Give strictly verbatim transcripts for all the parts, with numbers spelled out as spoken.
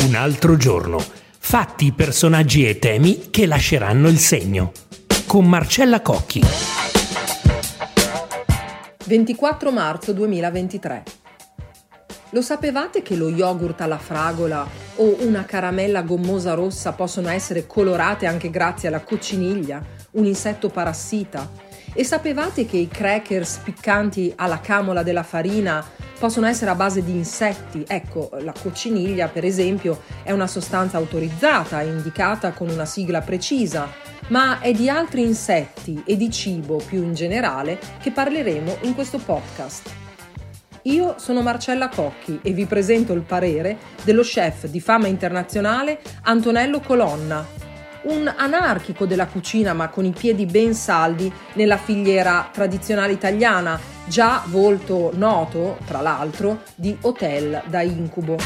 Un altro giorno. Fatti, personaggi e temi che lasceranno il segno. Con Marcella Cocchi. ventiquattro marzo duemilaventitré. Lo sapevate che lo yogurt alla fragola o una caramella gommosa rossa possono essere colorate anche grazie alla cocciniglia, un insetto parassita? E sapevate che i crackers piccanti alla camola della farina possono essere a base di insetti? Ecco, la cocciniglia, per esempio, è una sostanza autorizzata, indicata con una sigla precisa, ma è di altri insetti e di cibo più in generale che parleremo in questo podcast. Io sono Marcella Cocchi e vi presento il parere dello chef di fama internazionale Antonello Colonna, un anarchico della cucina ma con i piedi ben saldi nella filiera tradizionale italiana, già volto noto, tra l'altro, di hotel da incubo.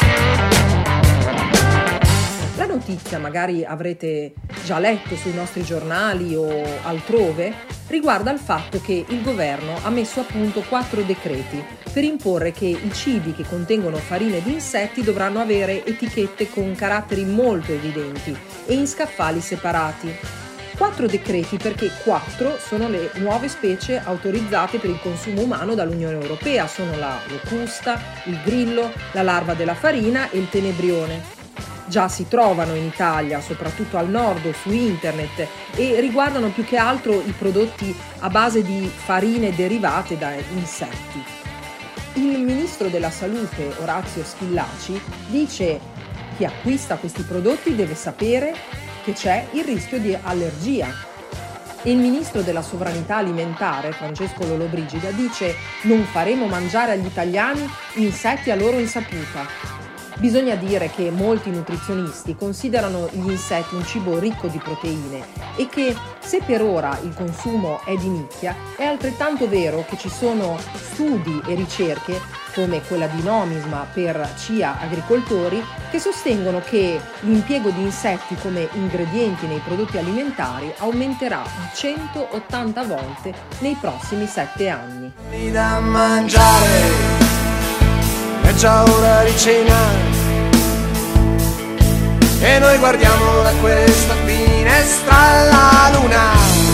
La notizia, magari avrete già letto sui nostri giornali o altrove, riguarda il fatto che il governo ha messo a punto quattro decreti per imporre che i cibi che contengono farine di insetti dovranno avere etichette con caratteri molto evidenti e in scaffali separati. Quattro decreti perché quattro sono le nuove specie autorizzate per il consumo umano dall'Unione Europea. Sono la locusta, il grillo, la larva della farina e il tenebrione. Già si trovano in Italia, soprattutto al nord o su internet, e riguardano più che altro i prodotti a base di farine derivate da insetti. Il ministro della Salute, Orazio Schillaci, dice: chi acquista questi prodotti deve sapere che c'è il rischio di allergia. Il ministro della Sovranità Alimentare, Francesco Lollobrigida, dice: non faremo mangiare agli italiani insetti a loro insaputa. Bisogna dire che molti nutrizionisti considerano gli insetti un cibo ricco di proteine e che se per ora il consumo è di nicchia, è altrettanto vero che ci sono studi e ricerche, come quella di Nomisma per C I A agricoltori, che sostengono che l'impiego di insetti come ingredienti nei prodotti alimentari aumenterà di centottanta volte nei prossimi sette anni. Da mangiare. È già ora di cena e noi guardiamo da questa finestra la luna.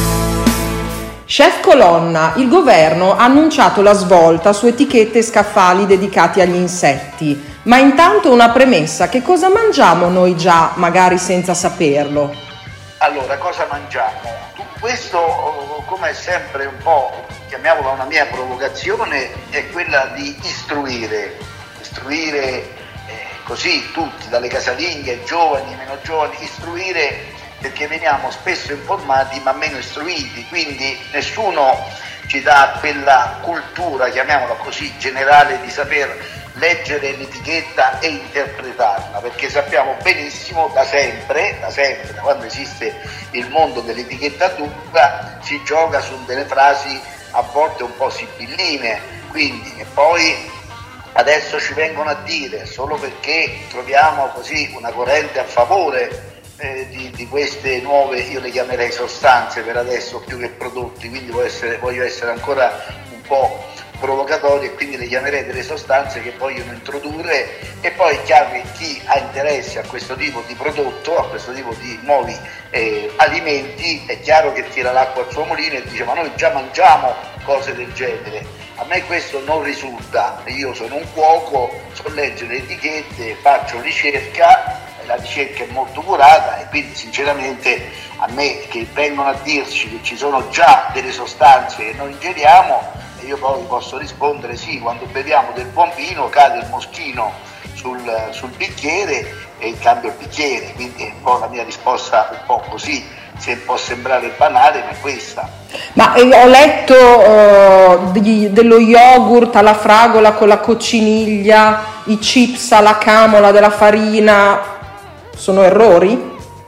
Chef Colonna, il governo ha annunciato la svolta su etichette e scaffali dedicati agli insetti, ma intanto una premessa: che cosa mangiamo noi già, magari senza saperlo? Allora, cosa mangiamo? Questo, come sempre un po', chiamiamola una mia provocazione, è quella di istruire. istruire eh, così tutti, dalle casalinghe, giovani, meno giovani, istruire perché veniamo spesso informati ma meno istruiti, quindi nessuno ci dà quella cultura, chiamiamola così, generale di saper leggere l'etichetta e interpretarla, perché sappiamo benissimo da sempre, da sempre, da quando esiste il mondo dell'etichettatura, si gioca su delle frasi a volte un po' sibilline, quindi e poi adesso ci vengono a dire, solo perché troviamo così una corrente a favore eh, di, di queste nuove, io le chiamerei sostanze per adesso più che prodotti, quindi voglio essere, voglio essere ancora un po' provocatorio e quindi le chiamerei delle sostanze che vogliono introdurre, e poi è chiaro che chi ha interesse a questo tipo di prodotto, a questo tipo di nuovi eh, alimenti, è chiaro che tira l'acqua al suo mulino e dice: ma noi già mangiamo cose del genere. A me questo non risulta, io sono un cuoco, so leggere le etichette, faccio ricerca, la ricerca è molto curata e quindi sinceramente a me che vengono a dirci che ci sono già delle sostanze che noi ingeriamo, e io poi posso rispondere sì, quando beviamo del buon vino cade il moschino sul, sul bicchiere e cambio il bicchiere, quindi è un po' la mia risposta un po' così. Se può sembrare banale, ma è questa. Ma eh, ho letto uh, di, dello yogurt alla fragola con la cocciniglia, i chips alla camola della farina, sono errori?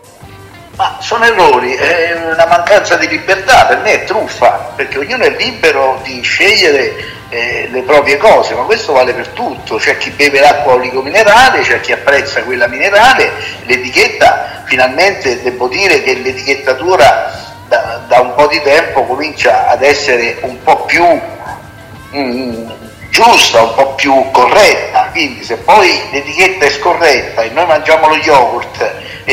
Ma sono errori, è una mancanza di libertà, per me è truffa, perché ognuno è libero di scegliere eh, le proprie cose, ma questo vale per tutto. C'è chi beve l'acqua oligominerale, c'è chi apprezza quella minerale, l'etichetta, finalmente devo dire che l'etichettatura da, da un po' di tempo comincia ad essere un po' più mm, giusta, un po' più corretta. Quindi se poi l'etichetta è scorretta e noi mangiamo lo yogurt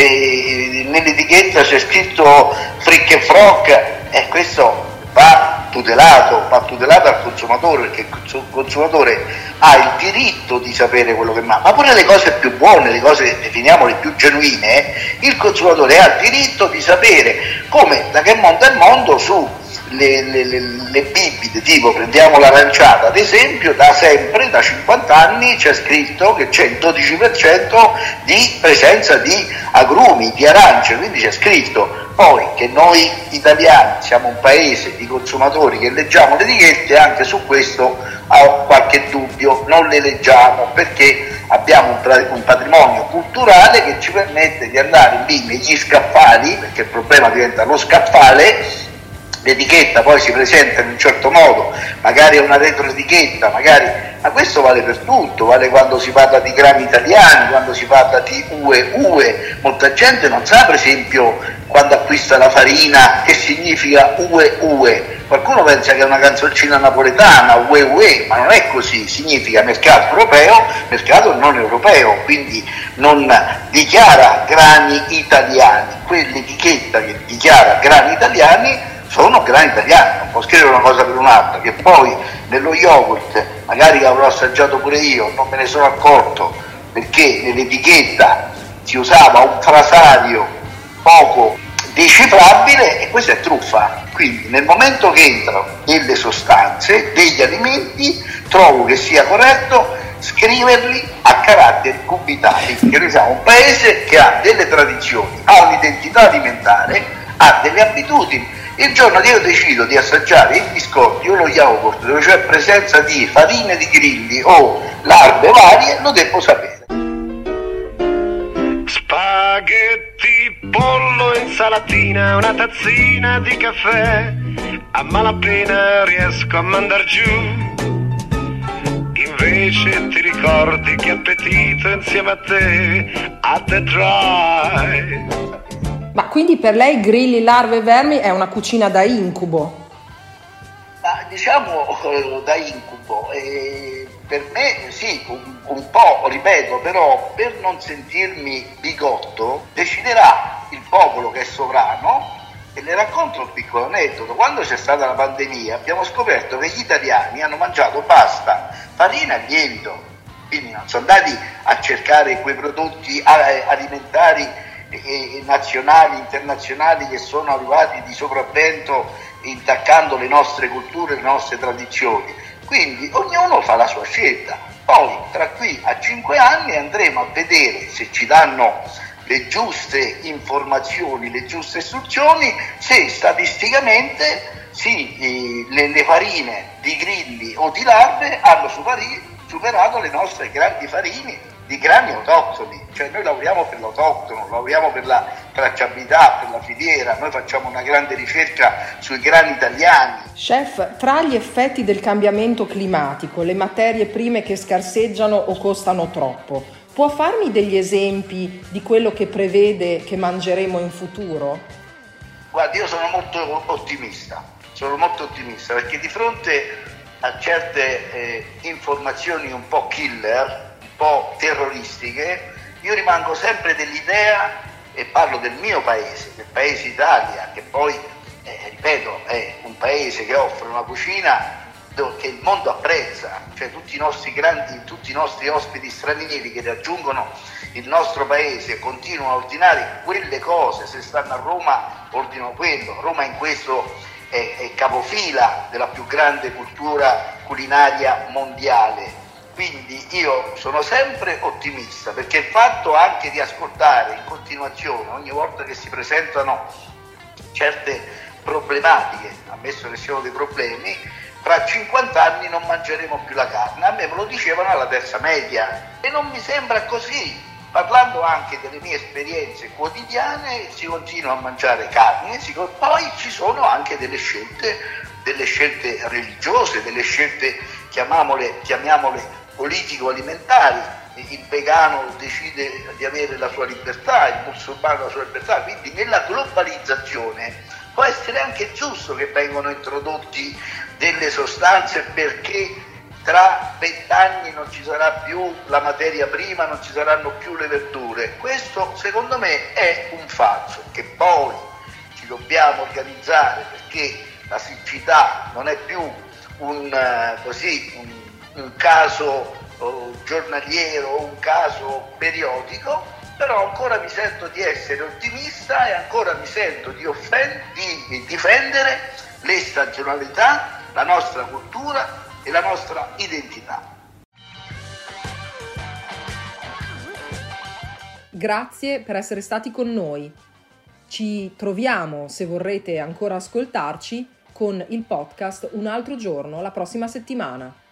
e nell'etichetta c'è scritto frick e frog, eh, questo va tutelato, va tutelato al consumatore, perché il consumatore ha il diritto di sapere quello che mangia, ma pure le cose più buone, le cose definiamole più genuine, il consumatore ha il diritto di sapere, come da che mondo è mondo su le, le, le, le bibite, tipo prendiamo l'aranciata ad esempio, da sempre, da cinquanta anni c'è scritto che c'è il dodici per cento di presenza di agrumi, di arance, quindi c'è scritto. Poi che noi italiani siamo un paese di consumatori che leggiamo le etichette, anche su questo ho qualche dubbio, non le leggiamo perché abbiamo un, un patrimonio culturale che ci permette di andare lì negli scaffali, perché il problema diventa lo scaffale, l'etichetta poi si presenta in un certo modo, magari è una retroetichetta, magari, ma questo vale per tutto, vale quando si parla di grani italiani, quando si parla di U E U E, molta gente non sa per esempio quando acquista la farina che significa U E U E, qualcuno pensa che è una canzoncina napoletana, U E U E, ma non è così, significa mercato europeo, mercato non europeo, quindi non dichiara grani italiani, quell'etichetta che dichiara grani italiani sono grani italiani, non può scrivere una cosa per un'altra, che poi nello yogurt, magari l'avrò assaggiato pure io, non me ne sono accorto, perché nell'etichetta si usava un frasario poco decifrabile e questa è truffa. Quindi nel momento che entrano delle sostanze, degli alimenti, trovo che sia corretto scriverli a caratteri cubitali, perché noi siamo un paese che ha delle tradizioni, ha un'identità alimentare, ha delle abitudini. Il giorno che io decido di assaggiare i biscotti o lo yogurt dove c'è presenza di farine di grilli o larve varie, lo devo sapere. Spaghetti, pollo, insalatina, una tazzina di caffè, a malapena riesco a mandar giù. Invece ti ricordi che appetito insieme a te, a The Dry. Ma quindi per lei grilli, larve e vermi è una cucina da incubo? Ma diciamo eh, da incubo, eh, per me sì, un, un po', ripeto, però per non sentirmi bigotto deciderà il popolo che è sovrano. E le racconto un piccolo aneddoto. Quando c'è stata la pandemia abbiamo scoperto che gli italiani hanno mangiato pasta, farina e lievito, quindi non sono andati a cercare quei prodotti alimentari nazionali, internazionali che sono arrivati di sopravvento intaccando le nostre culture, le nostre tradizioni. Quindi ognuno fa la sua scelta. Poi tra qui a cinque anni andremo a vedere se ci danno le giuste informazioni, le giuste istruzioni, se statisticamente sì, eh, le, le farine di grilli o di larve hanno superi, superato le nostre grandi farine di grani autoctoni, cioè noi lavoriamo per l'autoctono, lavoriamo per la tracciabilità, per la filiera, noi facciamo una grande ricerca sui grani italiani. Chef, tra gli effetti del cambiamento climatico, le materie prime che scarseggiano o costano troppo, può farmi degli esempi di quello che prevede che mangeremo in futuro? Guardi, io sono molto ottimista, sono molto ottimista perché di fronte a certe eh, informazioni un po' killer, po' terroristiche, io rimango sempre dell'idea, e parlo del mio paese, del paese Italia, che poi, eh, ripeto, è un paese che offre una cucina che il mondo apprezza, cioè tutti i nostri grandi, tutti i nostri ospiti stranieri che raggiungono il nostro paese continuano a ordinare quelle cose, se stanno a Roma ordinano quello. Roma in questo è, è capofila della più grande cultura culinaria mondiale. Quindi io sono sempre ottimista, perché il fatto anche di ascoltare in continuazione ogni volta che si presentano certe problematiche, ammesso che siano dei problemi, fra cinquanta anni non mangeremo più la carne. A me me lo dicevano alla terza media e non mi sembra così. Parlando anche delle mie esperienze quotidiane, si continua a mangiare carne, si, poi ci sono anche delle scelte, delle scelte religiose, delle scelte, chiamiamole, chiamiamole politico-alimentari. Il vegano decide di avere la sua libertà, il musulmano la sua libertà, quindi nella globalizzazione può essere anche giusto che vengano introdotti delle sostanze perché tra vent'anni non ci sarà più la materia prima, non ci saranno più le verdure. Questo secondo me è un falso, che poi ci dobbiamo organizzare perché la siccità non è più un, così, un, un caso oh, giornaliero o un caso periodico, però ancora mi sento di essere ottimista e ancora mi sento di, offen- di difendere le stagionalità, la nostra cultura e la nostra identità. Grazie per essere stati con noi. Ci troviamo, se vorrete ancora ascoltarci, con il podcast Un altro giorno la prossima settimana.